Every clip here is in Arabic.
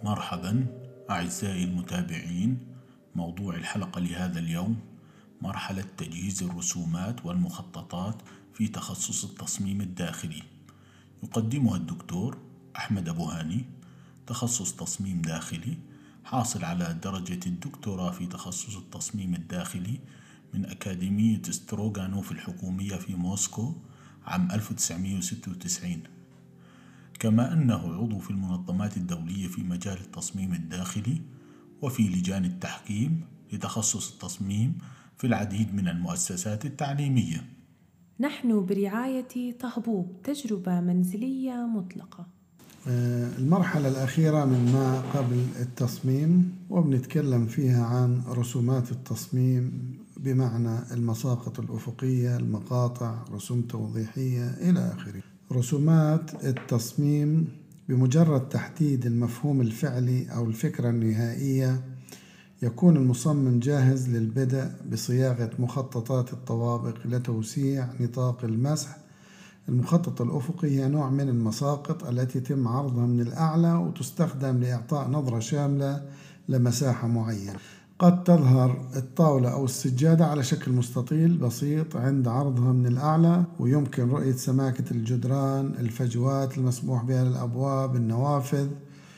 مرحبا أعزائي المتابعين. موضوع الحلقة لهذا اليوم مرحلة تجهيز الرسومات والمخططات في تخصص التصميم الداخلي. يقدمها الدكتور أحمد أبو هاني، تخصص تصميم داخلي، حاصل على درجة الدكتوراه في تخصص التصميم الداخلي من أكاديمية ستروغانوف الحكومية في موسكو عام 1996، كما أنه عضو في المنظمات الدولية في مجال التصميم الداخلي وفي لجان التحكيم لتخصص التصميم في العديد من المؤسسات التعليمية. نحن برعاية طهبوب، تجربة منزلية مطلقة. المرحلة الأخيرة من ما قبل التصميم، وبنتكلم فيها عن رسومات التصميم بمعنى المساقط الأفقية، المقاطع، رسوم توضيحية إلى آخره. رسومات التصميم بمجرد تحديد المفهوم الفعلي أو الفكرة النهائية يكون المصمم جاهز للبدء بصياغة مخططات الطوابق لتوسيع نطاق المسح. المخطط الأفقي هي نوع من المساقط التي يتم عرضها من الأعلى وتستخدم لإعطاء نظرة شاملة لمساحة معينة. قد تظهر الطاولة أو السجادة على شكل مستطيل بسيط عند عرضها من الأعلى، ويمكن رؤية سماكة الجدران، الفجوات المسموح بها للأبواب، النوافذ،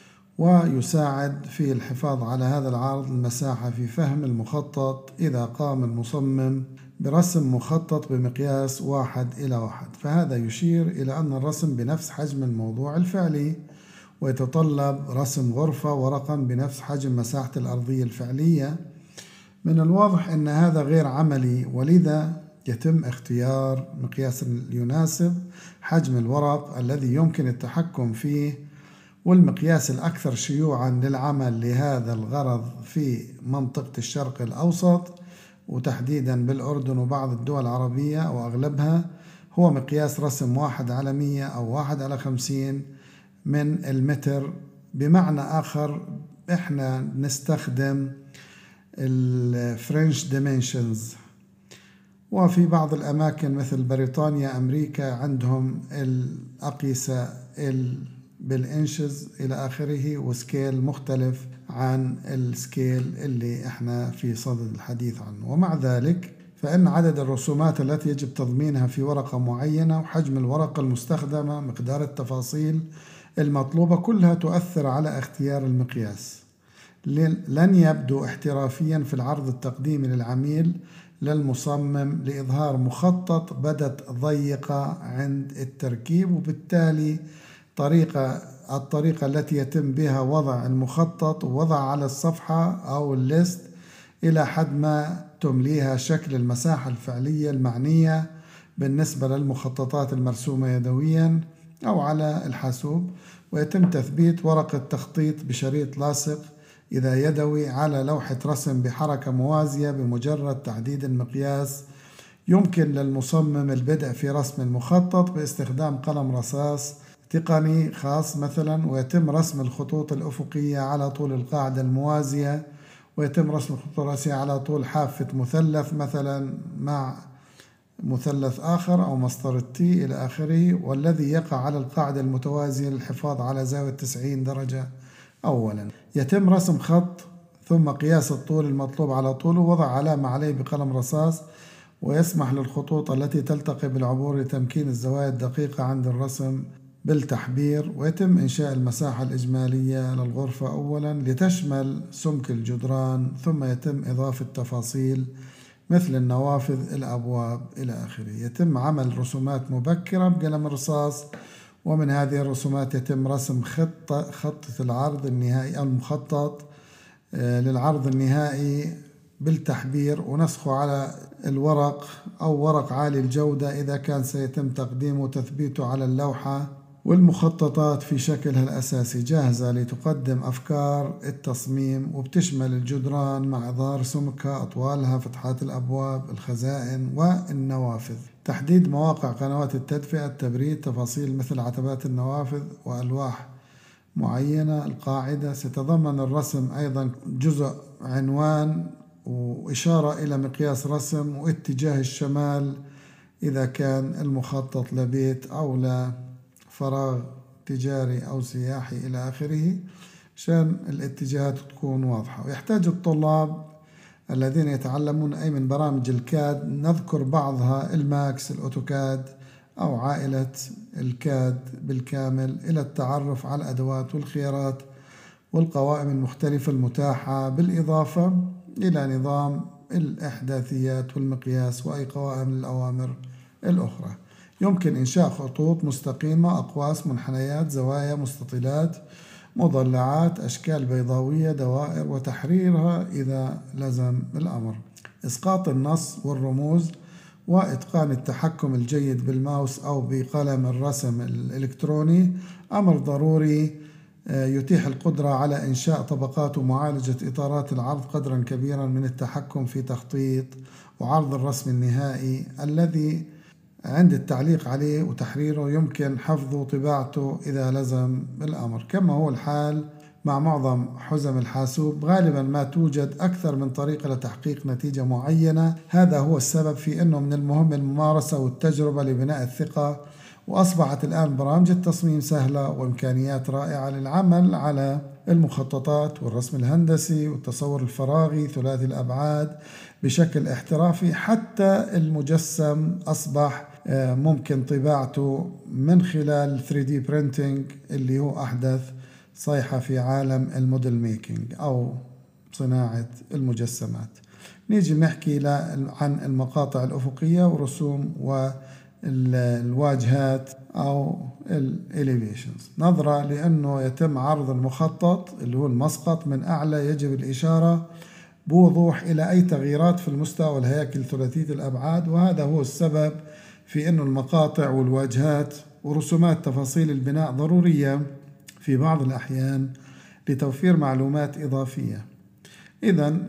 ويساعد في الحفاظ على هذا العرض المساحة في فهم المخطط إذا قام المصمم برسم مخطط بمقياس 1:1، فهذا يشير إلى أن الرسم بنفس حجم الموضوع الفعلي، ويتطلب رسم غرفة ورقم بنفس حجم مساحة الأرضية الفعلية. من الواضح أن هذا غير عملي، ولذا يتم اختيار مقياس يناسب حجم الورق الذي يمكن التحكم فيه. والمقياس الأكثر شيوعا للعمل لهذا الغرض في منطقة الشرق الأوسط، وتحديدا بالأردن وبعض الدول العربية وأغلبها، هو مقياس رسم 1:100 أو 1:50 من المتر. بمعنى آخر إحنا نستخدم الفرنش ديمنشنز، وفي بعض الأماكن مثل بريطانيا أمريكا عندهم الأقيسة بالإنشز إلى آخره، وسكيل مختلف عن السكيل اللي إحنا في صدد الحديث عنه. ومع ذلك فإن عدد الرسومات التي يجب تضمينها في ورقة معينة وحجم الورقة المستخدمة، مقدار التفاصيل المطلوبة، كلها تؤثر على اختيار المقياس. لن يبدو احترافيا في العرض التقديمي للعميل للمصمم لإظهار مخطط بدت ضيقة عند التركيب، وبالتالي الطريقة التي يتم بها وضع المخطط ووضع على الصفحة أو الليست إلى حد ما تمليها شكل المساحة الفعلية المعنية بالنسبة للمخططات المرسومة يدويا أو على الحاسوب، ويتم تثبيت ورقة تخطيط بشريط لاصق إذا يدوي على لوحة رسم بحركة موازية. بمجرد تحديد المقياس يمكن للمصمم البدء في رسم المخطط باستخدام قلم رصاص تقني خاص مثلا، ويتم رسم الخطوط الأفقية على طول القاعدة الموازية، ويتم رسم الخطوط الرئيسية على طول حافة مثلث مثلا مع مثلث آخر أو مسطرة تي إلى آخره، والذي يقع على القاعدة المتوازية للحفاظ على زاوية 90 درجة. أولا يتم رسم خط ثم قياس الطول المطلوب على طوله ووضع علامة عليه بقلم رصاص، ويسمح للخطوط التي تلتقي بالعبور لتمكين الزوايا الدقيقة عند الرسم بالتحبير. ويتم إنشاء المساحة الإجمالية للغرفة أولا لتشمل سمك الجدران، ثم يتم إضافة تفاصيل مثل النوافذ، الأبواب إلى آخره. يتم عمل رسومات مبكرة بقلم الرصاص، ومن هذه الرسومات يتم رسم خطة العرض النهائي أو المخطط للعرض النهائي بالتحبير، ونسخه على الورق أو ورق عالي الجودة إذا كان سيتم تقديمه وتثبيته على اللوحة. والمخططات في شكلها الأساسي جاهزة لتقدم أفكار التصميم، وبتشمل الجدران مع إظهار سمكها، أطوالها، فتحات الأبواب، الخزائن والنوافذ، تحديد مواقع قنوات التدفئة، التبريد، تفاصيل مثل عتبات النوافذ وألواح معينة. القاعدة ستتضمن الرسم أيضا جزء عنوان وإشارة إلى مقياس رسم واتجاه الشمال إذا كان المخطط لبيت أو لفراغ تجاري أو سياحي إلى آخره. عشان الاتجاهات تكون واضحة. ويحتاج الطلاب الذين يتعلمون أي من برامج الكاد، نذكر بعضها الماكس، الأوتوكاد أو عائلة الكاد بالكامل، إلى التعرف على الأدوات والخيارات والقوائم المختلفة المتاحة، بالإضافة إلى نظام الإحداثيات والمقياس وأي قوائم الأوامر الأخرى. يمكن إنشاء خطوط مستقيمة، أقواس، منحنيات، زوايا، مستطيلات، مضلعات، أشكال بيضاوية، دوائر، وتحريرها إذا لزم الأمر. إسقاط النص والرموز وإتقان التحكم الجيد بالماوس أو بقلم الرسم الإلكتروني أمر ضروري يتيح القدرة على إنشاء طبقات ومعالجة إطارات العرض قدرا كبيرا من التحكم في تخطيط وعرض الرسم النهائي الذي عند التعليق عليه وتحريره يمكن حفظه وطباعته إذا لزم الأمر. كما هو الحال مع معظم حزم الحاسوب، غالبا ما توجد أكثر من طريقة لتحقيق نتيجة معينة. هذا هو السبب في أنه من المهم الممارسة والتجربة لبناء الثقة. وأصبحت الآن برامج التصميم سهلة وإمكانيات رائعة للعمل على المخططات والرسم الهندسي والتصور الفراغي ثلاثي الأبعاد بشكل احترافي. حتى المجسم أصبح ممكن طباعته من خلال 3D printing اللي هو أحدث صيحة في عالم الموديل ميكينج أو صناعة المجسمات. نيجي نحكي عن المقاطع الأفقية ورسوم والواجهات أو الإليفيشنز. نظرة لأنه يتم عرض المخطط اللي هو المسقط من أعلى، يجب الإشارة بوضوح إلى أي تغييرات في المستوى والهياكل ثلاثية الأبعاد. وهذا هو السبب في أن المقاطع والواجهات ورسومات تفاصيل البناء ضرورية في بعض الأحيان لتوفير معلومات إضافية. إذن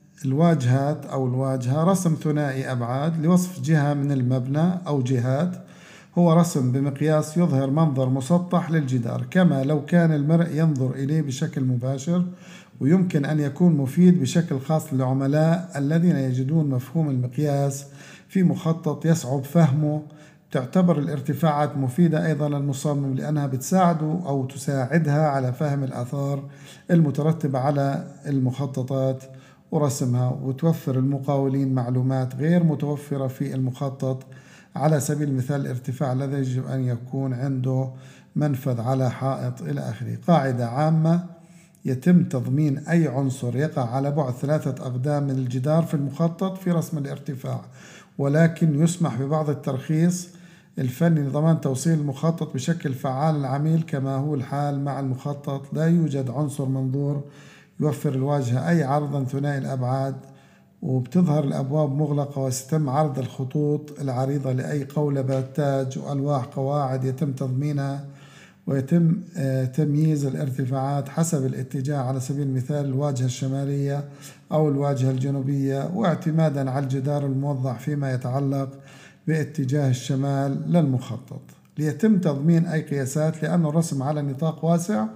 الواجهات أو الواجهة رسم ثنائي أبعاد لوصف جهة من المبنى أو جهات. هو رسم بمقياس يظهر منظر مسطح للجدار كما لو كان المرء ينظر إليه بشكل مباشر، ويمكن أن يكون مفيد بشكل خاص للعملاء الذين يجدون مفهوم المقياس في مخطط يصعب فهمه. تعتبر الارتفاعات مفيدة أيضا للمصمم لأنها بتساعده أو تساعدها على فهم الآثار المترتبة على المخططات ورسمها، وتوفر المقاولين معلومات غير متوفرة في المخطط. على سبيل المثال الارتفاع الذي يجب أن يكون عنده منفذ على حائط إلى آخره. قاعدة عامة: يتم تضمين أي عنصر يقع على بعد 3 أقدام من الجدار في المخطط في رسم الارتفاع، ولكن يسمح ببعض الترخيص الفني لضمان توصيل المخطط بشكل فعال للعميل كما هو الحال مع المخطط. لا يوجد عنصر منظور يوفر الواجهة أي عرضا ثنائي الأبعاد، وبتظهر الأبواب مغلقة، وستم عرض الخطوط العريضة لأي قولبة، تاج وألواح قواعد يتم تضمينها، ويتم تمييز الارتفاعات حسب الاتجاه، على سبيل المثال الواجهة الشمالية أو الواجهة الجنوبية، واعتمادا على الجدار الموضح فيما يتعلق باتجاه الشمال للمخطط. ليتم تضمين أي قياسات، لأن الرسم على نطاق واسع،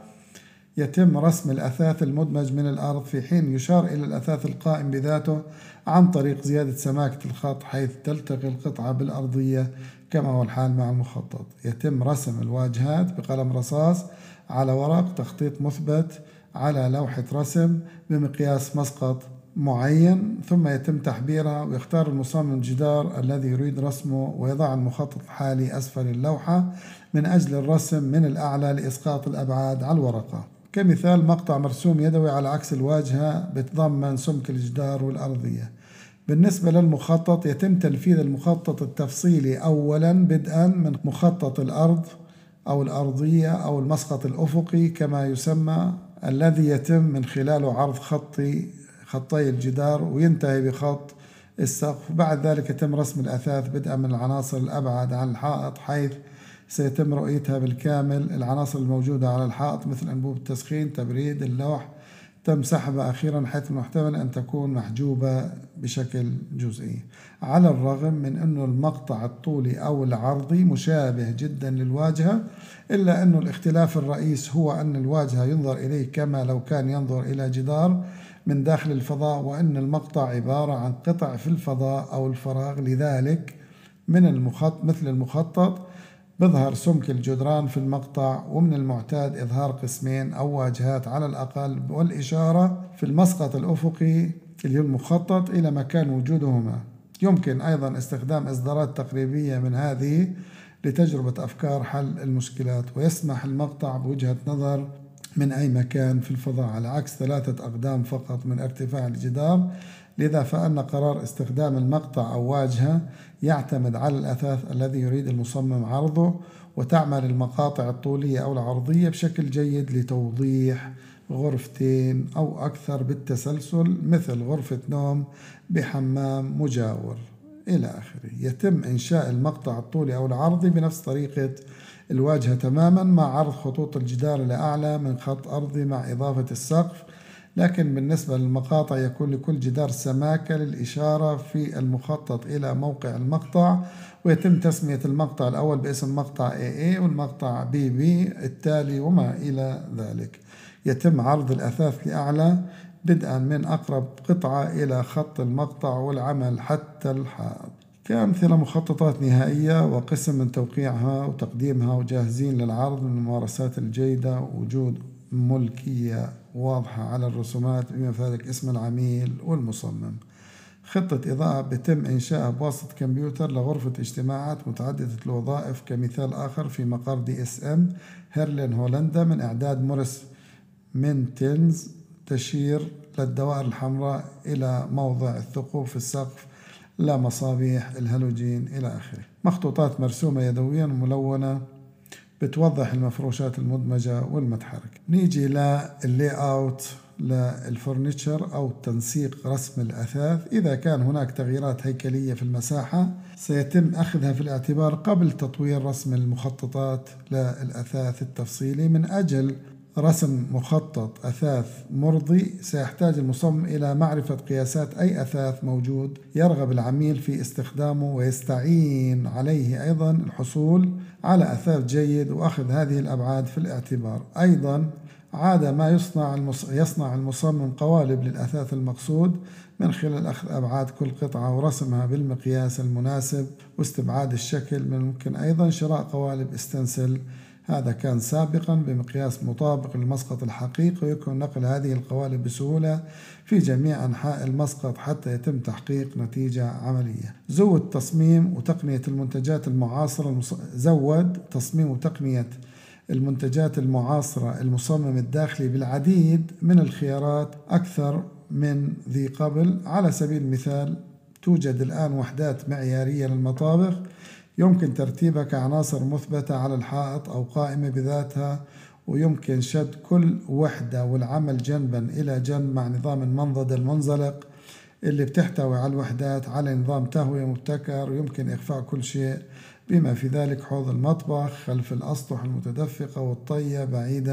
يتم رسم الأثاث المدمج من الأرض، في حين يشار إلى الأثاث القائم بذاته عن طريق زيادة سماكة الخط حيث تلتقي القطعة بالأرضية كما هو الحال مع المخطط. يتم رسم الواجهات بقلم رصاص على ورق تخطيط مثبت على لوحة رسم بمقياس مسقط معين، ثم يتم تحبيرها، ويختار المصمم الجدار الذي يريد رسمه ويضع المخطط الحالي أسفل اللوحة من أجل الرسم من الأعلى لإسقاط الأبعاد على الورقة. كمثال مقطع مرسوم يدوي على عكس الواجهة بتضمن سمك الجدار والأرضية. بالنسبة للمخطط يتم تنفيذ المخطط التفصيلي أولا بدءا من مخطط الأرض أو الأرضية أو المسقط الأفقي كما يسمى، الذي يتم من خلاله عرض خطي الجدار وينتهي بخط السقف. بعد ذلك يتم رسم الأثاث بدءا من العناصر الأبعد عن الحائط حيث سيتم رؤيتها بالكامل. العناصر الموجودة على الحائط مثل أنبوب التسخين، تبريد، اللوح تم سحبها أخيرا حيث محتمل أن تكون محجوبة بشكل جزئي. على الرغم من أن المقطع الطولي أو العرضي مشابه جدا للواجهة، إلا أن الاختلاف الرئيس هو أن الواجهة ينظر إليه كما لو كان ينظر إلى جدار من داخل الفضاء، وأن المقطع عبارة عن قطع في الفضاء أو الفراغ. لذلك مثل المخطط بظهر سمك الجدران في المقطع، ومن المعتاد إظهار قسمين أو واجهات على الأقل، والإشارة في المسقط الأفقي اللي هو المخطط إلى مكان وجودهما. يمكن أيضا استخدام إصدارات تقريبية من هذه لتجربة أفكار حل المشكلات، ويسمح المقطع بوجهة نظر من أي مكان في الفضاء على عكس 3 أقدام فقط من ارتفاع الجدار. لذا فإن قرار استخدام المقطع أو واجهة يعتمد على الأثاث الذي يريد المصمم عرضه، وتعمل المقاطع الطولية أو العرضية بشكل جيد لتوضيح غرفتين أو أكثر بالتسلسل، مثل غرفة نوم بحمام مجاور إلى آخره. يتم إنشاء المقطع الطولي أو العرضي بنفس طريقة الواجهة تماما، مع عرض خطوط الجدار لأعلى من خط أرضي مع إضافة السقف. لكن بالنسبة للمقاطع يكون لكل جدار سماكة للإشارة في المخطط إلى موقع المقطع، ويتم تسمية المقطع الأول باسم مقطع AA والمقطع BB التالي وما إلى ذلك. يتم عرض الأثاث لأعلى بدءا من أقرب قطعة إلى خط المقطع والعمل حتى الحائط كأمثلة مخططات نهائية وقسم من توقيعها وتقديمها وجاهزين للعرض من الممارسات الجيدة. وجود ملكية واضحة على الرسومات بما في ذلك اسم العميل والمصمم. خطة إضاءة بتم إنشائها بواسطة كمبيوتر لغرفة اجتماعات متعددة الوظائف، كمثال آخر في مقر DSM هيرلين هولندا من إعداد موريس مينتينز، تشير للدوائر الحمراء إلى موضع الثقوب في السقف، لا مصابيح الهالوجين إلى آخره. مخطوطات مرسومة يدويا وملونة بتوضح المفروشات المدمجة والمتحركة. نيجي لللي اوت للفورنيتشر أو تنسيق رسم الأثاث. إذا كان هناك تغييرات هيكلية في المساحة سيتم أخذها في الاعتبار قبل تطوير رسم المخططات للأثاث التفصيلي. من أجل رسم مخطط أثاث مرضي سيحتاج المصمم إلى معرفة قياسات أي أثاث موجود يرغب العميل في استخدامه، ويستعين عليه أيضا الحصول على أثاث جيد وأخذ هذه الأبعاد في الاعتبار. أيضا عادة ما يصنع المصمم قوالب للأثاث المقصود من خلال أخذ أبعاد كل قطعة ورسمها بالمقياس المناسب واستبعاد الشكل. من الممكن أيضا شراء قوالب استنسل، هذا كان سابقا بمقياس مطابق للمسقط الحقيقي، ويمكن نقل هذه القوالب بسهولة في جميع أنحاء المسقط حتى يتم تحقيق نتيجة عملية. زود تصميم وتقنية المنتجات المعاصرة المصمم الداخلي بالعديد من الخيارات أكثر من ذي قبل. على سبيل المثال توجد الآن وحدات معيارية للمطابخ يمكن ترتيبها كعناصر مثبتة على الحائط أو قائمة بذاتها، ويمكن شد كل وحدة والعمل جنبا إلى جنب مع نظام المنضد المنزلق اللي بتحتوي على الوحدات على نظام تهوية مبتكر، ويمكن إخفاء كل شيء بما في ذلك حوض المطبخ خلف الأسطح المتدفقة والطي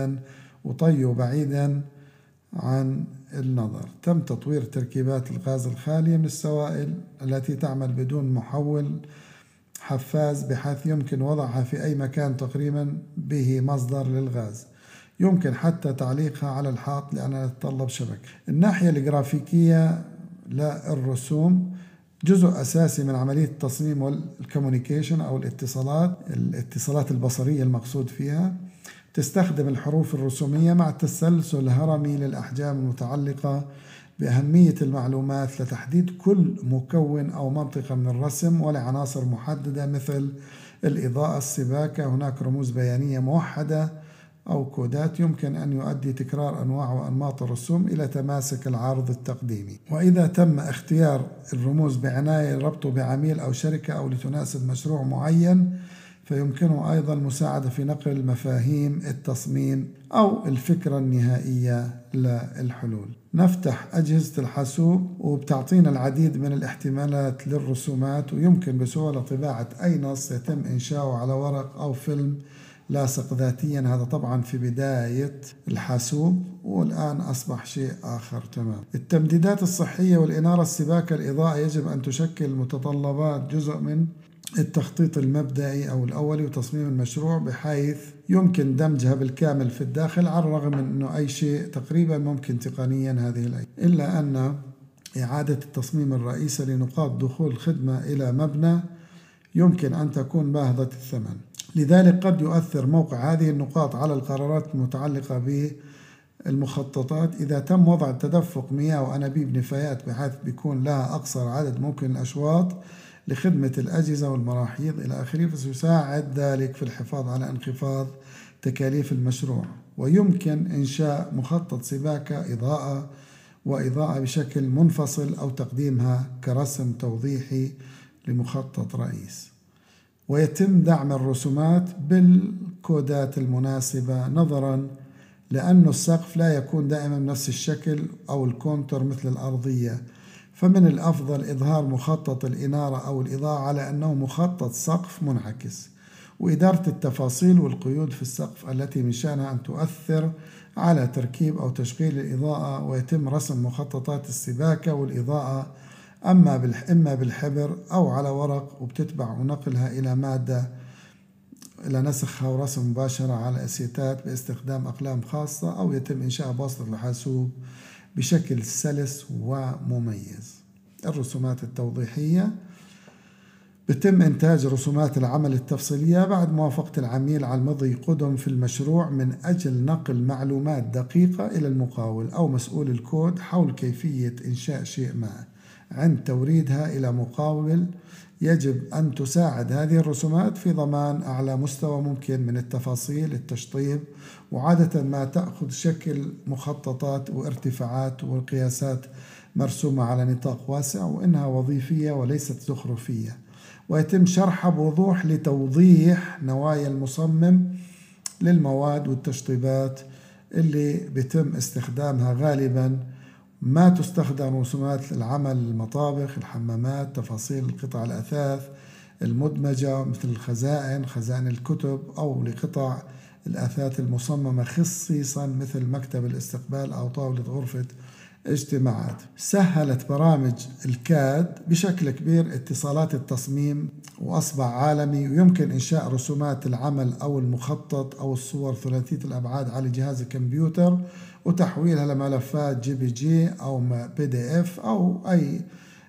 بعيدا عن النظر. تم تطوير تركيبات الغاز الخالية من السوائل التي تعمل بدون محول حفاز، بحيث يمكن وضعها في أي مكان تقريبا به مصدر للغاز. يمكن حتى تعليقها على الحائط لأنها تتطلب شبكة. الناحية الجرافيكية للرسوم جزء أساسي من عملية التصميم والكوميونيكيشن أو الاتصالات البصرية المقصود فيها. تستخدم الحروف الرسومية مع التسلسل الهرمي للأحجام المتعلقة بأهمية المعلومات لتحديد كل مكون أو منطقة من الرسم، ولعناصر محددة مثل الإضاءة، السباكة. هناك رموز بيانية موحدة أو كودات يمكن أن يؤدي تكرار أنواع وأنماط الرسوم إلى تماسك العرض التقديمي. وإذا تم اختيار الرموز بعناية لربطه بعميل أو شركة أو لتناسب مشروع معين، فيمكنه أيضا المساعدة في نقل مفاهيم التصميم أو الفكرة النهائية للحلول. نفتح أجهزة الحاسوب وبتعطينا العديد من الاحتمالات للرسومات، ويمكن بسهولة طباعة أي نص يتم إنشاؤه على ورق أو فيلم لاصق ذاتيا. هذا طبعا في بداية الحاسوب، والآن أصبح شيء آخر تمام. التمديدات الصحية والإنارة، السباكة، الإضاءة يجب أن تشكل متطلبات جزء من التخطيط المبدئي أو الأولي وتصميم المشروع، بحيث يمكن دمجها بالكامل في الداخل، على الرغم من أنه أي شيء تقريبا ممكن تقنيا هذه الأيام، إلا أن إعادة التصميم الرئيسي لنقاط دخول الخدمة إلى مبنى يمكن أن تكون باهظة الثمن. لذلك قد يؤثر موقع هذه النقاط على القرارات المتعلقة بالمخططات. إذا تم وضع تدفق مياه وأنابيب نفايات بحيث بيكون لها أقصر عدد ممكن الأشواط لخدمة الأجهزة والمراحيض إلى آخره، فسيساعد ذلك في الحفاظ على انخفاض تكاليف المشروع. ويمكن إنشاء مخطط سباكة وإضاءة بشكل منفصل أو تقديمها كرسم توضيحي لمخطط رئيس. ويتم دعم الرسومات بالكودات المناسبة نظرا لأن السقف لا يكون دائما نفس الشكل أو الكونتور مثل الأرضية، فمن الأفضل إظهار مخطط الإنارة أو الإضاءة على أنه مخطط سقف منعكس، وإدارة التفاصيل والقيود في السقف التي من شأنها أن تؤثر على تركيب أو تشغيل الإضاءة. ويتم رسم مخططات السباكة والإضاءة إما بالحبر أو على ورق، وبتتبع ونقلها إلى مادة إلى نسخها ورسم مباشرة على أسيتات باستخدام أقلام خاصة، أو يتم إنشاء بواسطة الحاسوب بشكل سلس ومميز. الرسومات التوضيحية: بتم إنتاج رسومات العمل التفصيلية بعد موافقة العميل على المضي قدم في المشروع من أجل نقل معلومات دقيقة إلى المقاول أو مسؤول الكود حول كيفية إنشاء شيء ما. عند توريدها إلى مقاول يجب أن تساعد هذه الرسومات في ضمان أعلى مستوى ممكن من التفاصيل التشطيب، وعادة ما تأخذ شكل مخططات وارتفاعات وقياسات مرسومة على نطاق واسع، وإنها وظيفية وليست زخرفية. ويتم شرحها بوضوح لتوضيح نوايا المصمم للمواد والتشطيبات اللي بيتم استخدامها. غالبا ما تستخدم رسومات العمل المطابخ، الحمامات، تفاصيل القطع الأثاث المدمجة مثل خزائن الكتب، أو لقطع الأثاث المصممة خصيصا مثل مكتب الاستقبال أو طاولة غرفة اجتماعات. سهلت برامج الكاد بشكل كبير اتصالات التصميم وأصبح عالمي، ويمكن إنشاء رسومات العمل أو المخطط أو الصور ثلاثية الأبعاد على جهاز الكمبيوتر وتحويلها لملفات JPG أو PDF أو أي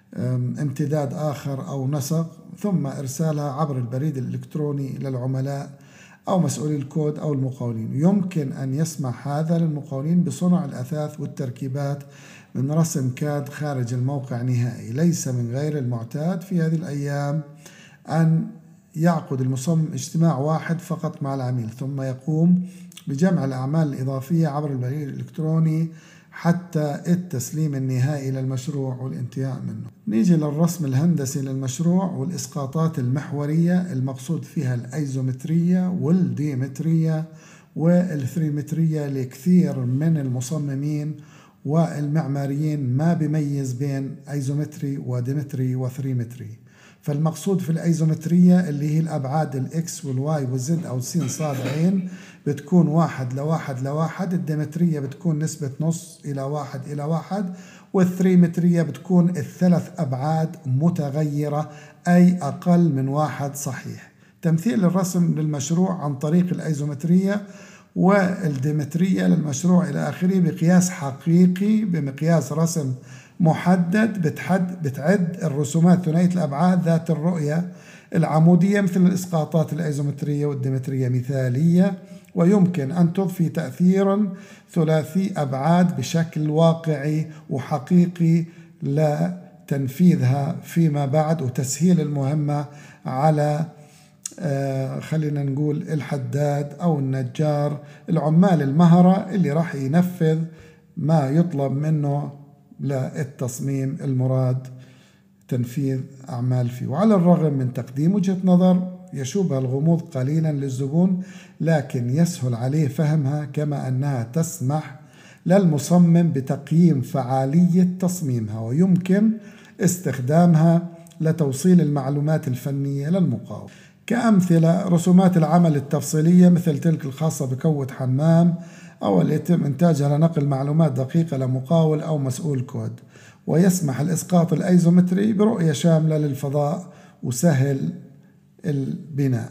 امتداد آخر أو نسق، ثم إرسالها عبر البريد الإلكتروني للعملاء أو مسؤولي الكود أو المقاولين. يمكن أن يسمح هذا للمقاولين بصنع الأثاث والتركيبات من رسم كاد خارج الموقع نهائي. ليس من غير المعتاد في هذه الأيام أن يعقد المصمم اجتماع واحد فقط مع العميل ثم يقوم بجمع الأعمال الإضافية عبر البريد الإلكتروني حتى التسليم النهائي للمشروع والانتهاء منه. نيجي للرسم الهندسي للمشروع والإسقاطات المحورية المقصود فيها الأيزومترية والديمترية والثريمترية. لكثير من المصممين والمعماريين ما بيميز بين أيزومتري وديمتري وثريمتري. فالمقصود في الأيزومترية اللي هي الأبعاد الإكس والواي والزد أو سين صاد عين بتكون 1:1:1. الديمترية بتكون نسبة نص إلى 1:1. والثريمترية بتكون الثلاث أبعاد متغيرة أي أقل من 1 صحيح. تمثيل الرسم للمشروع عن طريق الأيزومترية والديمترية للمشروع إلى آخره بقياس حقيقي بمقياس رسم محدد. بتعد الرسومات ثنائية الأبعاد ذات الرؤية العمودية مثل الإسقاطات الأيزومترية والديمترية مثالية، ويمكن أن تضفي تأثيرا ثلاثي أبعاد بشكل واقعي وحقيقي لتنفيذها فيما بعد وتسهيل المهمة على خلينا نقول الحداد أو النجار، العمال المهرة اللي راح ينفذ ما يطلب منه للتصميم المراد تنفيذ أعمال فيه. وعلى الرغم من تقديم وجهة نظر يشوبها الغموض قليلا للزبون، لكن يسهل عليه فهمها، كما أنها تسمح للمصمم بتقييم فعالية تصميمها ويمكن استخدامها لتوصيل المعلومات الفنية للمقاول. كأمثلة رسومات العمل التفصيلية مثل تلك الخاصة بكوة حمام أو اللي يتم إنتاجها لنقل معلومات دقيقة لمقاول أو مسؤول كود. ويسمح الإسقاط الأيزومتري برؤية شاملة للفضاء وسهل البناء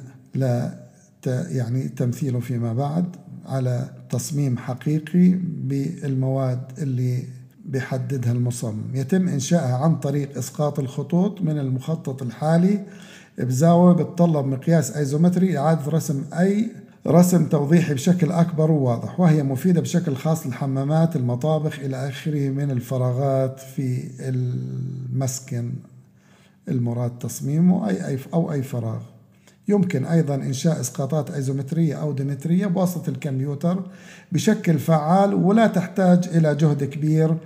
يعني تمثيله فيما بعد على تصميم حقيقي بالمواد اللي بيحددها المصمم. يتم إنشائها عن طريق إسقاط الخطوط من المخطط الحالي بزاوية بتطلب مقياس أيزومتري لإعادة رسم أي رسم توضيحي بشكل أكبر وواضح، وهي مفيدة بشكل خاص للحمامات، المطابخ إلى آخره من الفراغات في المسكن المراد تصميمه أو أي فراغ. يمكن أيضا إنشاء إسقاطات أيزومترية أو ديمترية بواسطة الكمبيوتر بشكل فعال، ولا تحتاج إلى جهد كبير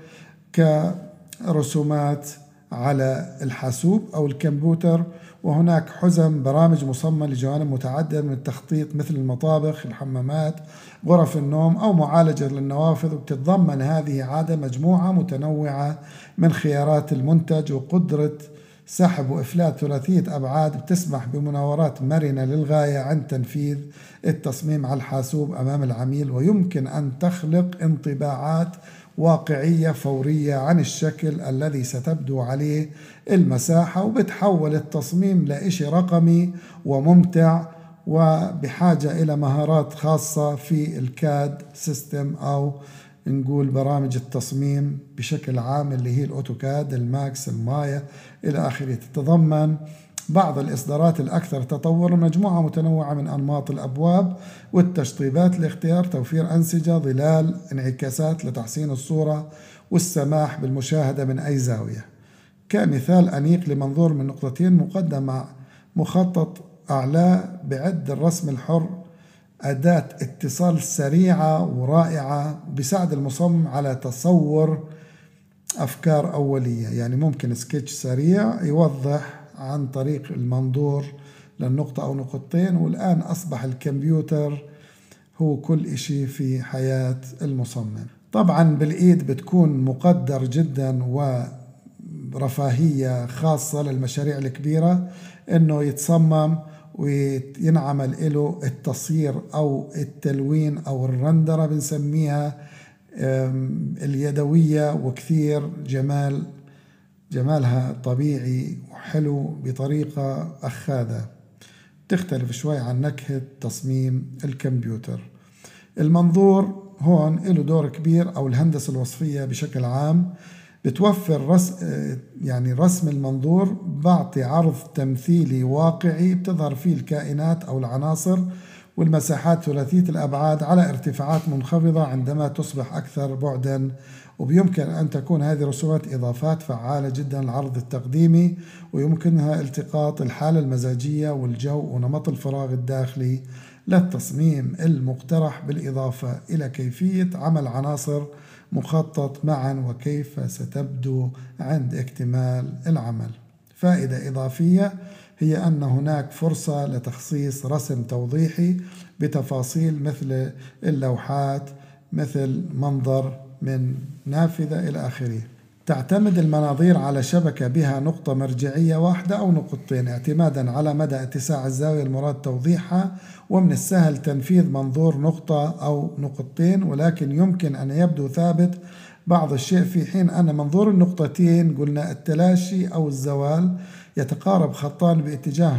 كرسومات على الحاسوب أو الكمبيوتر. وهناك حزم برامج مصممة لجوانب متعددة من التخطيط مثل المطابخ، الحمامات، غرف النوم أو معالجة للنوافذ، وبتتضمن هذه عادة مجموعة متنوعة من خيارات المنتج وقدرة سحب وإفلات ثلاثية أبعاد بتسمح بمناورات مرنة للغاية عند تنفيذ التصميم على الحاسوب أمام العميل، ويمكن أن تخلق انطباعات واقعية فورية عن الشكل الذي ستبدو عليه المساحة، وبتحول التصميم لإشي رقمي وممتع وبحاجة إلى مهارات خاصة في الكاد سيستم أو نقول برامج التصميم بشكل عام اللي هي الأوتوكاد، الماكس، المايا إلى آخره. تتضمن بعض الإصدارات الأكثر تطورا مجموعة متنوعة من أنماط الأبواب والتشطيبات لاختيار توفير أنسجة، ظلال، انعكاسات لتحسين الصورة والسماح بالمشاهدة من أي زاوية. كمثال أنيق لمنظور من نقطتين مقدم مع مخطط أعلى بعد الرسم الحر، أداة اتصال سريعة ورائعة بيساعد المصمم على تصور أفكار أولية. يعني ممكن سكتش سريع يوضح عن طريق المنظور للنقطة أو نقطتين، والآن أصبح الكمبيوتر هو كل إشي في حياة المصمم. طبعا بالإيد بتكون مقدر جدا ورفاهية خاصة للمشاريع الكبيرة إنه يتصمم وينعمل له التصوير أو التلوين أو الرندرة بنسميها اليدوية، وكثير جمالها طبيعي وحلو بطريقة أخاذة تختلف شوي عن نكهة تصميم الكمبيوتر. المنظور هون له دور كبير، أو الهندسة الوصفية بشكل عام بتوفر رسم المنظور بعطي عرض تمثيلي واقعي بتظهر فيه الكائنات أو العناصر والمساحات ثلاثية الأبعاد على ارتفاعات منخفضة عندما تصبح أكثر بعدا، وبيمكن أن تكون هذه الرسومات إضافات فعالة جدا للعرض التقديمي، ويمكنها التقاط الحالة المزاجية والجو ونمط الفراغ الداخلي للتصميم المقترح، بالإضافة إلى كيفية عمل عناصر مخطط معا وكيف ستبدو عند اكتمال العمل. فائدة إضافية هي أن هناك فرصة لتخصيص رسم توضيحي بتفاصيل مثل اللوحات، مثل منظر من نافذة إلى آخره. تعتمد المناظير على شبكة بها نقطة مرجعية واحدة أو نقطتين اعتمادا على مدى اتساع الزاوية المراد توضيحها، ومن السهل تنفيذ منظور نقطة أو نقطتين، ولكن يمكن أن يبدو ثابت بعض الشيء، في حين أن منظور النقطتين قلنا التلاشي أو الزوال يتقارب خطان باتجاه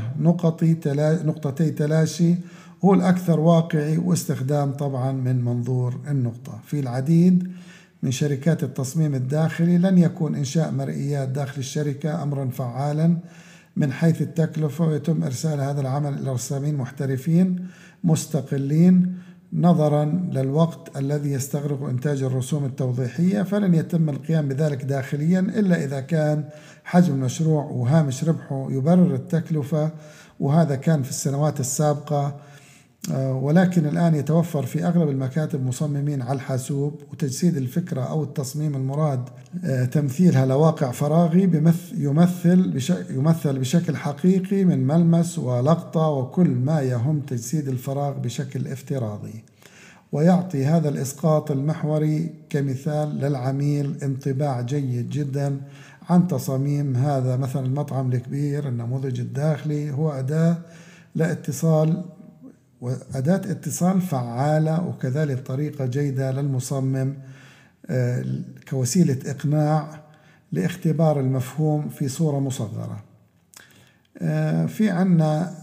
نقطتي تلاشي هو الأكثر واقعي واستخدام طبعا من منظور النقطة. في العديد من شركات التصميم الداخلي لن يكون إنشاء مرئيات داخل الشركة أمرا فعالا من حيث التكلفة، ويتم إرسال هذا العمل إلى رسامين محترفين مستقلين نظرا للوقت الذي يستغرق إنتاج الرسوم التوضيحية، فلن يتم القيام بذلك داخليا إلا إذا كان حجم المشروع وهامش ربحه يبرر التكلفة، وهذا كان في السنوات السابقة، ولكن الآن يتوفر في أغلب المكاتب مصممين على الحاسوب، وتجسيد الفكرة أو التصميم المراد تمثيلها لواقع فراغي يمثل بشكل حقيقي من ملمس ولقطة وكل ما يهم تجسيد الفراغ بشكل افتراضي، ويعطي هذا الإسقاط المحوري كمثال للعميل انطباع جيد جدا عن تصاميم هذا مثلا المطعم الكبير. النموذج الداخلي هو أداة اتصال فعالة، وكذلك طريقة جيدة للمصمم كوسيلة إقناع لاختبار المفهوم في صورة مصغرة. في عنا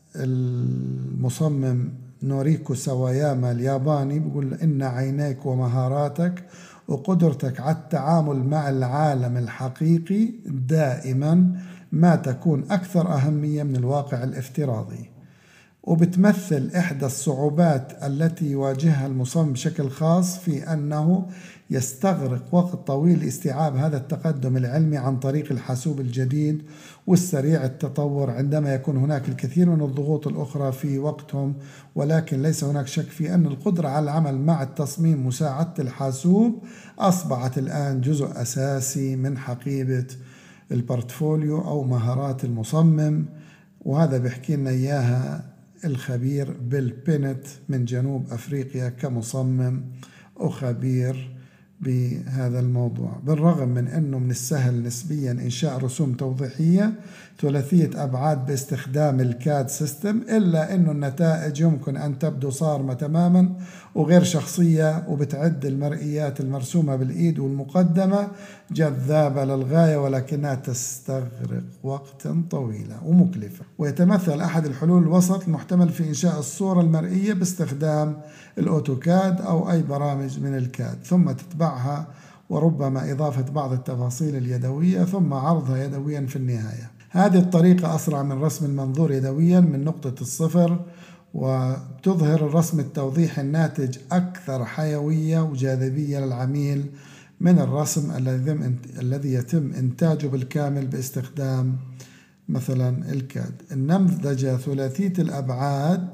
المصمم نوريكو سواياما الياباني بيقول إن عينيك ومهاراتك وقدرتك على التعامل مع العالم الحقيقي دائما ما تكون أكثر أهمية من الواقع الافتراضي، وبتمثل إحدى الصعوبات التي يواجهها المصمم بشكل خاص في أنه يستغرق وقت طويل لاستيعاب هذا التقدم العلمي عن طريق الحاسوب الجديد والسريع التطور، عندما يكون هناك الكثير من الضغوط الأخرى في وقتهم. ولكن ليس هناك شك في أن القدرة على العمل مع التصميم مساعدة الحاسوب أصبحت الآن جزء أساسي من حقيبة البورتفوليو أو مهارات المصمم، وهذا بيحكي لنا إياها الخبير بيل بينت من جنوب أفريقيا كمصمم وخبير بهذا الموضوع. بالرغم من أنه من السهل نسبيا إنشاء رسوم توضيحية ثلاثية أبعاد باستخدام الكاد سيستم، إلا أنه النتائج يمكن أن تبدو صارمة تماما وغير شخصية، وبتعد المرئيات المرسومة بالإيد والمقدمة جذابة للغاية، ولكنها تستغرق وقتا طويلا ومكلفة. ويتمثل أحد الحلول الوسط المحتمل في إنشاء الصورة المرئية باستخدام الأوتوكاد أو أي برامج من الكاد، ثم تتبعها وربما إضافة بعض التفاصيل اليدوية ثم عرضها يدويا في النهاية. هذه الطريقة أسرع من رسم المنظور يدويا من نقطة الصفر، وتظهر الرسم التوضيحي الناتج أكثر حيوية وجاذبية للعميل من الرسم الذي يتم إنتاجه بالكامل باستخدام مثلا الكاد. النمذجة ثلاثية الأبعاد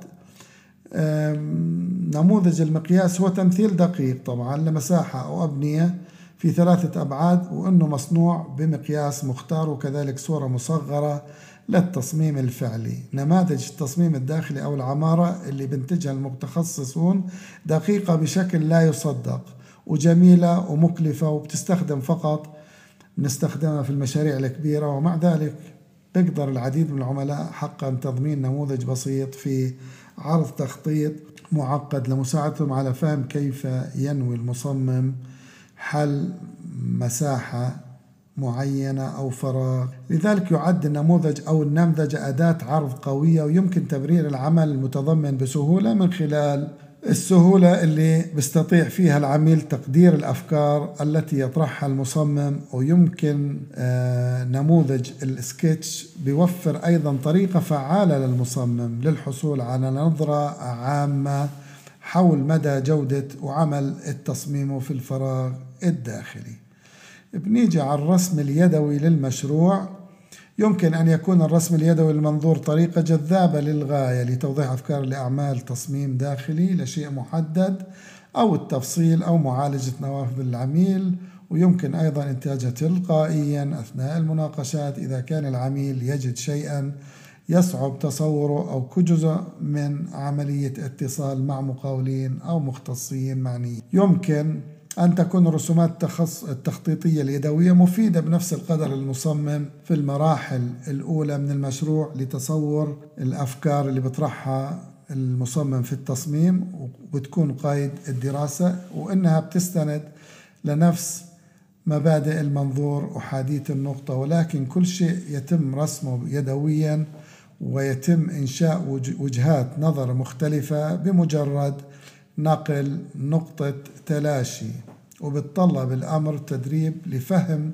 نموذج المقياس هو تمثيل دقيق طبعا لمساحة أو أبنية في 3 أبعاد، وأنه مصنوع بمقياس مختار، وكذلك صورة مصغرة للتصميم الفعلي. نماذج التصميم الداخلي أو العمارة اللي بنتجها المتخصصون دقيقة بشكل لا يصدق وجميلة ومكلفة، وبتستخدم فقط بنستخدمها في المشاريع الكبيرة، ومع ذلك بيقدر العديد من العملاء حقا تضمين نموذج بسيط في عرض تخطيط معقد لمساعدتهم على فهم كيف ينوي المصمم حل مساحة معينة أو فراغ. لذلك يعد النموذج أو النمذجة أداة عرض قوية، ويمكن تبرير العمل المتضمن بسهولة من خلال السهولة اللي بيستطيع فيها العميل تقدير الأفكار التي يطرحها المصمم. ويمكن نموذج السكتش بيوفر أيضا طريقة فعالة للمصمم للحصول على نظرة عامة حول مدى جودة وعمل التصميم في الفراغ الداخلي. بنيجي على الرسم اليدوي للمشروع. يمكن أن يكون الرسم اليدوي للمنظور طريقة جذابة للغاية لتوضيح أفكار لأعمال تصميم داخلي لشيء محدد أو التفصيل أو معالجة نوافذ العميل، ويمكن أيضا إنتاجها تلقائيا أثناء المناقشات إذا كان العميل يجد شيئا يصعب تصوره أو كجزء من عملية اتصال مع مقاولين أو مختصين معنيين. يمكن أن تكون الرسومات التخطيطية اليدوية مفيدة بنفس القدر للمصمم في المراحل الأولى من المشروع لتصور الأفكار اللي بيطرحها المصمم في التصميم، وبتكون قيد الدراسة، وإنها بتستند لنفس مبادئ المنظور أحادية النقطة، ولكن كل شيء يتم رسمه يدويا ويتم إنشاء وجهات نظر مختلفة بمجرد نقل نقطة تلاشي. وبتطلب الأمر تدريب لفهم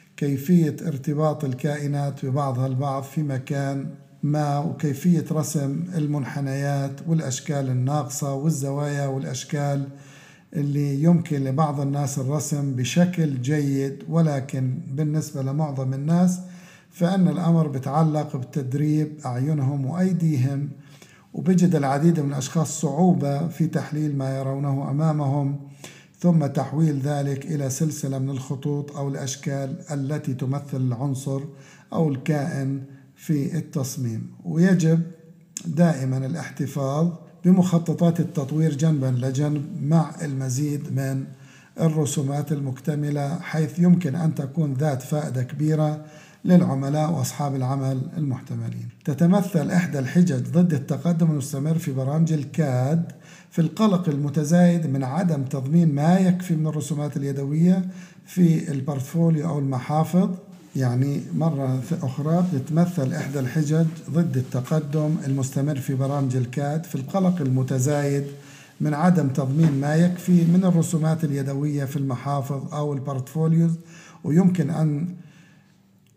كيفية ارتباط الكائنات ببعضها البعض في مكان ما، وكيفية رسم المنحنيات والأشكال الناقصة والزوايا والأشكال اللي يمكن لبعض الناس الرسم بشكل جيد، ولكن بالنسبة لمعظم الناس فإن الأمر بتعلق بتدريب أعينهم وأيديهم، وبجد العديد من الأشخاص صعوبة في تحليل ما يرونه أمامهم ثم تحويل ذلك إلى سلسلة من الخطوط أو الأشكال التي تمثل العنصر أو الكائن في التصميم. ويجب دائما الاحتفاظ بمخططات التطوير جنبا لجنب مع المزيد من الرسومات المكتملة، حيث يمكن أن تكون ذات فائدة كبيرة للعملاء وأصحاب العمل المحتملين. تتمثل إحدى الحجج ضد التقدم المستمر في برامج الكاد في القلق المتزايد من عدم تضمين ما يكفي من الرسومات اليدوية في البورتفوليو أو المحافظ. يعني مرة أخرى تتمثل إحدى الحجج ضد التقدم المستمر في برامج الكاد في القلق المتزايد من عدم تضمين ما يكفي من الرسومات اليدوية في المحافظ أو البورتفوليوز، ويمكن أن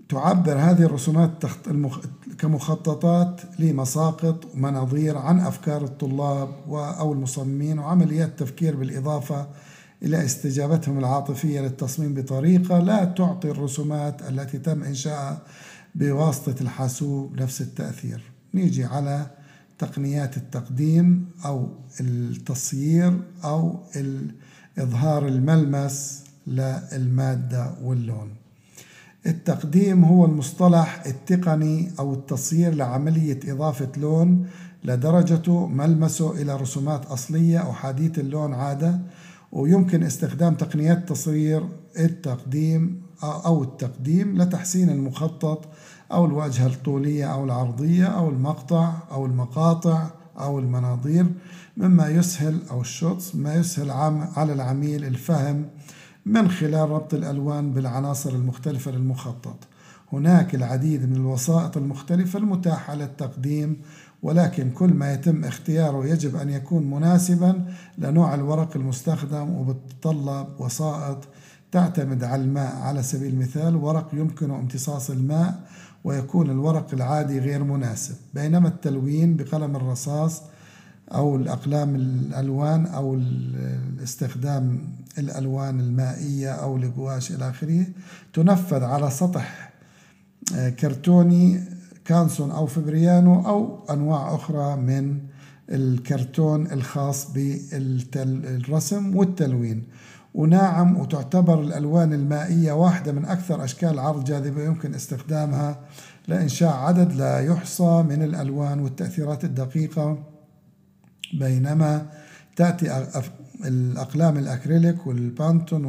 تعبر هذه الرسومات كمخططات لمساقط ومناظير عن أفكار الطلاب أو المصممين وعمليات تفكير، بالإضافة إلى استجابتهم العاطفية للتصميم بطريقة لا تعطي الرسومات التي تم إنشائها بواسطة الحاسوب نفس التأثير. نيجي على تقنيات التقديم أو التصيير أو إظهار الملمس للمادة واللون. التقديم هو المصطلح التقني أو التصيير لعملية إضافة لون لدرجته ملمسه إلى رسومات أصلية أو حديث اللون عادة، ويمكن استخدام تقنيات تصوير التقديم أو التقديم لتحسين المخطط أو الواجهة الطولية أو العرضية أو المقطع أو المقاطع أو المناظير، مما يسهل أو الشوتس ما يسهل على العميل الفهم من خلال ربط الألوان بالعناصر المختلفة للمخطط. هناك العديد من الوسائط المختلفة المتاحة للتقديم، ولكن كل ما يتم اختياره يجب أن يكون مناسبا لنوع الورق المستخدم، وبتتطلب وسائط تعتمد على الماء. على سبيل المثال ورق يمكن امتصاص الماء ويكون الورق العادي غير مناسب، بينما التلوين بقلم الرصاص أو الأقلام الألوان أو استخدام الألوان المائية أو الجواش إلى آخره تنفذ على سطح كرتوني كانسون أو فبريانو أو أنواع أخرى من الكرتون الخاص بالرسم والتلوين. وناعم، وتعتبر الألوان المائية واحدة من أكثر أشكال عرض جاذبة يمكن استخدامها لإنشاء عدد لا يحصى من الألوان والتأثيرات الدقيقة، بينما تأتي الأقلام الأكريليك والبانتون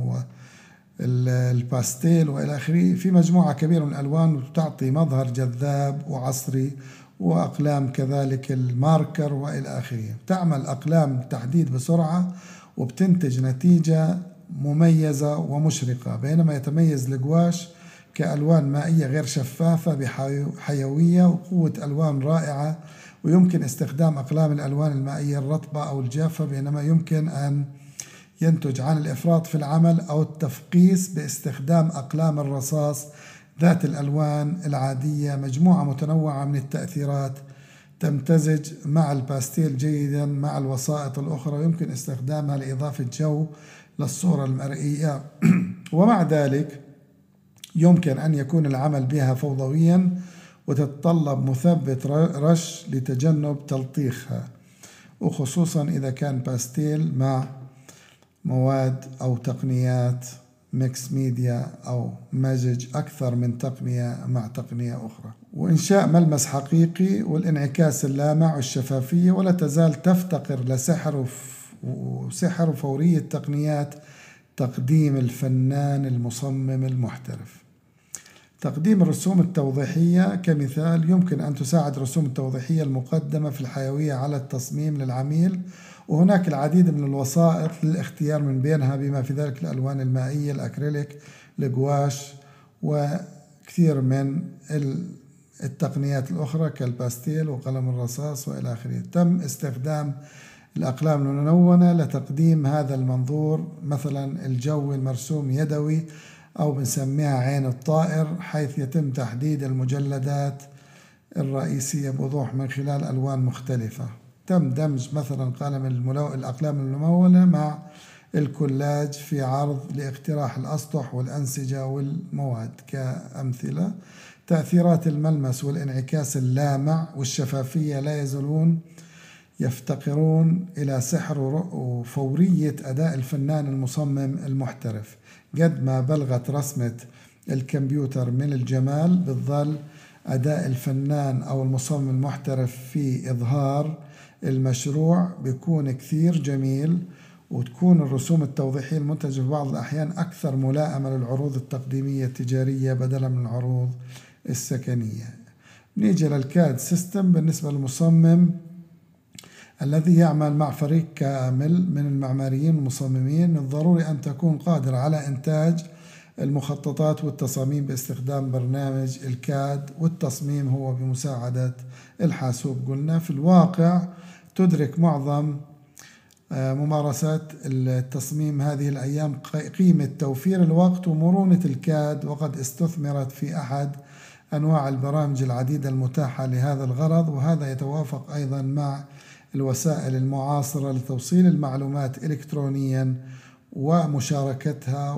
والباستيل وإلى آخره في مجموعة كبيرة من الألوان وتعطي مظهر جذاب وعصري، وأقلام كذلك الماركر وإلى آخره. تعمل أقلام تحديد بسرعة وبتنتج نتيجة مميزة ومشرقة، بينما يتميز الجواش كألوان مائية غير شفافة بحيوية وقوة ألوان رائعة، ويمكن استخدام أقلام الألوان المائية الرطبة أو الجافة، بينما يمكن أن ينتج عن الإفراط في العمل أو التفقيس باستخدام أقلام الرصاص ذات الألوان العادية. مجموعة متنوعة من التأثيرات تمتزج مع الباستيل جيدا مع الوسائط الأخرى، يمكن استخدامها لإضافة جو للصورة المرئية ومع ذلك يمكن أن يكون العمل بها فوضويا وتتطلب مثبت رش لتجنب تلطيخها، وخصوصا إذا كان باستيل مع مواد أو تقنيات ميكس ميديا أو مزج أكثر من تقنية مع تقنية أخرى. وإنشاء ملمس حقيقي والانعكاس اللامع والشفافية، ولا تزال تفتقر لسحر وفورية تقنيات تقديم الفنان المصمم المحترف. تقديم الرسوم التوضيحية كمثال، يمكن أن تساعد الرسوم التوضيحية المقدمة في الحيوية على التصميم للعميل، وهناك العديد من الوسائط للاختيار من بينها بما في ذلك الألوان المائية، الأكريليك، الجواش، وكثير من التقنيات الأخرى كالباستيل وقلم الرصاص وإلى آخره. تم استخدام الأقلام الملونة لتقديم هذا المنظور، مثلا الجو المرسوم يدوي أو بنسميها عين الطائر، حيث يتم تحديد المجلدات الرئيسية بوضوح من خلال ألوان مختلفة. تم دمج مثلا الأقلام الملونة مع الكولاج في عرض لاقتراح الأسطح والأنسجة والمواد كأمثلة. تأثيرات الملمس والانعكاس اللامع والشفافية لا يزالون يفتقرون إلى سحر وفورية أداء الفنان المصمم المحترف. قد ما بلغت رسمة الكمبيوتر من الجمال، بالظل أداء الفنان أو المصمم المحترف في إظهار المشروع بيكون كثير جميل، وتكون الرسوم التوضيحية المنتجة في بعض الأحيان أكثر ملائمة للعروض التقديمية التجارية بدلا من العروض السكنية. نيجي للكاد سيستم. بالنسبة للمصمم الذي يعمل مع فريق كامل من المعماريين والمصممين، من الضروري أن تكون قادر على إنتاج المخططات والتصاميم باستخدام برنامج الكاد، والتصميم هو بمساعدة الحاسوب. قلنا في الواقع تدرك معظم ممارسات التصميم هذه الأيام قيمة توفير الوقت ومرونة الكاد، وقد استثمرت في أحد أنواع البرامج العديدة المتاحة لهذا الغرض، وهذا يتوافق أيضا مع الوسائل المعاصرة لتوصيل المعلومات إلكترونيا ومشاركتها،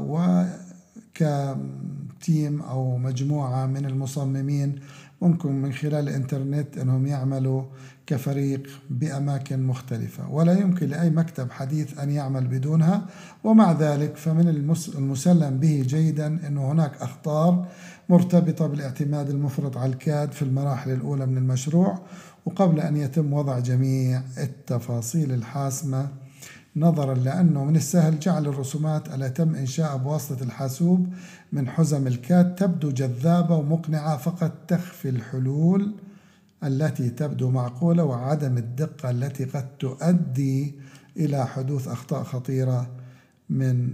وكتيم أو مجموعة من المصممين ممكن من خلال الإنترنت أنهم يعملوا كفريق بأماكن مختلفة، ولا يمكن لأي مكتب حديث أن يعمل بدونها. ومع ذلك فمن المسلم به جيدا أن هناك أخطار مرتبطة بالاعتماد المفرط على الكاد في المراحل الأولى من المشروع، وقبل أن يتم وضع جميع التفاصيل الحاسمة، نظرا لأنه من السهل جعل الرسومات التي تم إنشاءها بواسطة الحاسوب من حزم الكاد تبدو جذابة ومقنعة، فقط تخفي الحلول التي تبدو معقولة وعدم الدقة التي قد تؤدي إلى حدوث أخطاء خطيرة من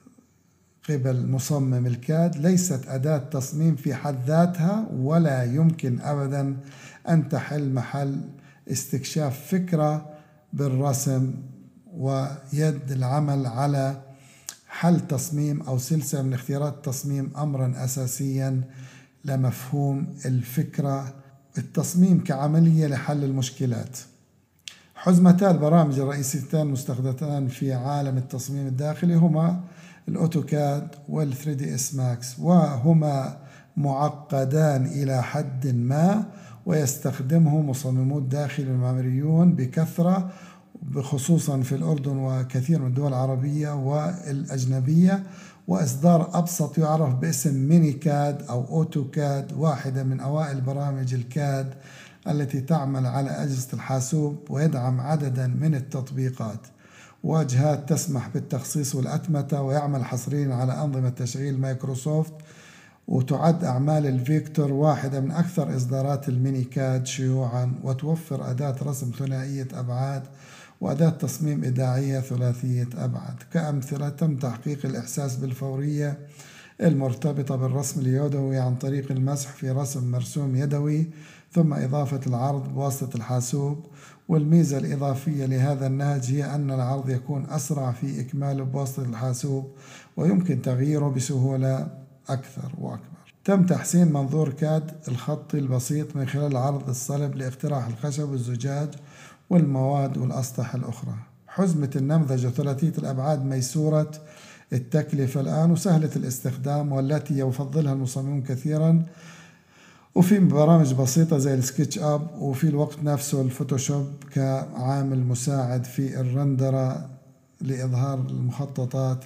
قبل مصمم الكاد. ليست أداة تصميم في حد ذاتها، ولا يمكن أبدا أن تحل محل استكشاف فكرة بالرسم ويد العمل على حل تصميم أو سلسلة من اختيارات التصميم أمرا أساسيا لمفهوم الفكرة، التصميم كعملية لحل المشكلات. حزمتا البرامج الرئيسيتان المستخدمتان في عالم التصميم الداخلي هما الأوتوكاد وال3ds Max، وهما معقدان إلى حد ما، ويستخدمه مصممو الداخل والمعماريون بكثرة، خصوصا في الأردن وكثير من الدول العربية والأجنبية. وإصدار أبسط يعرف باسم ميني كاد أو أوتوكاد، واحدة من أوائل برامج الكاد التي تعمل على أجهزة الحاسوب، ويدعم عددا من التطبيقات. واجهات تسمح بالتخصيص والأتمتة، ويعمل حصريا على أنظمة تشغيل مايكروسوفت. وتعد أعمال الفيكتور واحدة من أكثر إصدارات الميني كاد شيوعا، وتوفر أداة رسم ثنائية أبعاد وأداة تصميم إبداعية ثلاثية أبعاد. كأمثلة تم تحقيق الإحساس بالفورية المرتبطة بالرسم اليدوي عن طريق المسح في رسم مرسوم يدوي، ثم إضافة العرض بواسطة الحاسوب. والميزة الإضافية لهذا النهج هي أن العرض يكون أسرع في إكماله بواسطة الحاسوب، ويمكن تغييره بسهولة أكثر وأكبر. تم تحسين منظور كاد الخطي البسيط من خلال عرض الصلب لاقتراح الخشب والزجاج والمواد والأسطح الأخرى. حزمة النمذجة ثلاثية الأبعاد ميسورة التكلفة الآن وسهلة الاستخدام، والتي يفضلها المصممون كثيرا، وفي برامج بسيطة زي السكتش أب، وفي الوقت نفسه الفوتوشوب كعامل مساعد في الرندرة لإظهار المخططات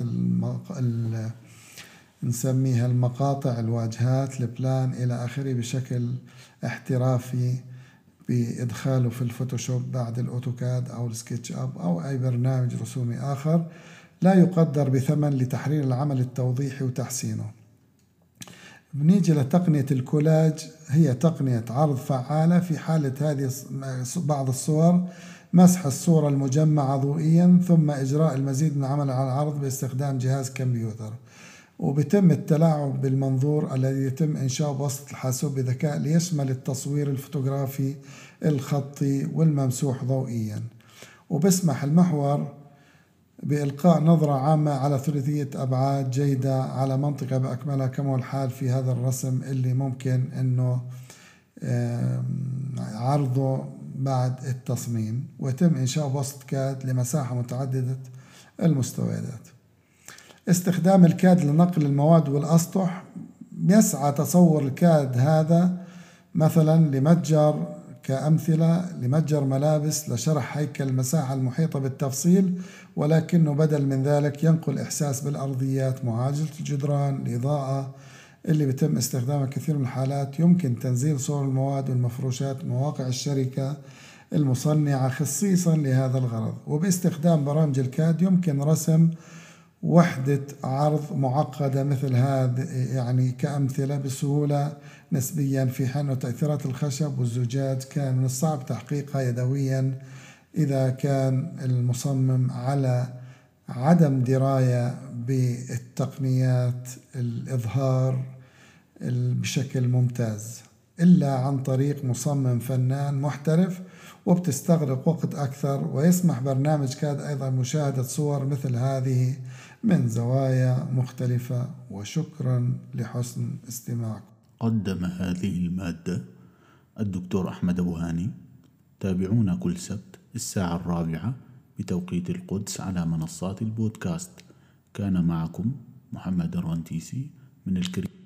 نسميها المقاطع، الواجهات، البلان إلى آخره بشكل احترافي، بإدخاله في الفوتوشوب بعد الأوتوكاد أو السكتش أب أو أي برنامج رسومي آخر. لا يقدر بثمن لتحرير العمل التوضيحي وتحسينه. بنيجي لتقنية الكولاج، هي تقنية عرض فعالة في حالة هذه بعض الصور مسح الصورة المجمعة ضوئيا، ثم إجراء المزيد من العمل على العرض باستخدام جهاز كمبيوتر، وبيتم التلاعب بالمنظور الذي يتم إنشاؤه بواسطة الحاسوب بذكاء ليشمل التصوير الفوتوغرافي الخطي والممسوح ضوئيا، وبسمح المحور بإلقاء نظرة عامة على ثلاثية أبعاد جيدة على منطقة بأكملها، كما هو الحال في هذا الرسم اللي ممكن أنه عرضه بعد التصميم، ويتم إنشاء بواسطة كاد لمساحة متعددة المستويات. استخدام الكاد لنقل المواد والأسطح، يسعى تصور الكاد هذا مثلا لمتجر، كأمثلة لمتجر ملابس لشرح هيكل المساحة المحيطة بالتفصيل، ولكنه بدل من ذلك ينقل إحساس بالأرضيات، معالجة الجدران، الإضاءة اللي بيتم استخدامها كثير من الحالات. يمكن تنزيل صور المواد والمفروشات من مواقع الشركة المصنعة خصيصا لهذا الغرض. وباستخدام برامج الكاد يمكن رسم وحدة عرض معقدة مثل هذا، يعني كأمثلة بسهولة نسبيا، في حين تأثيرات الخشب والزجاج كان من الصعب تحقيقها يدويا إذا كان المصمم على عدم دراية بالتقنيات الإظهار بشكل ممتاز، إلا عن طريق مصمم فنان محترف. وبتستغرق وقت أكثر، ويسمح برنامج كاد أيضا مشاهدة صور مثل هذه من زوايا مختلفة. وشكرا لحسن استماعكم. قدم هذه المادة الدكتور أحمد أبو هاني. تابعونا كل سبت 4:00 بتوقيت القدس على منصات البودكاست. كان معكم محمد الرنتيسي من الكريم.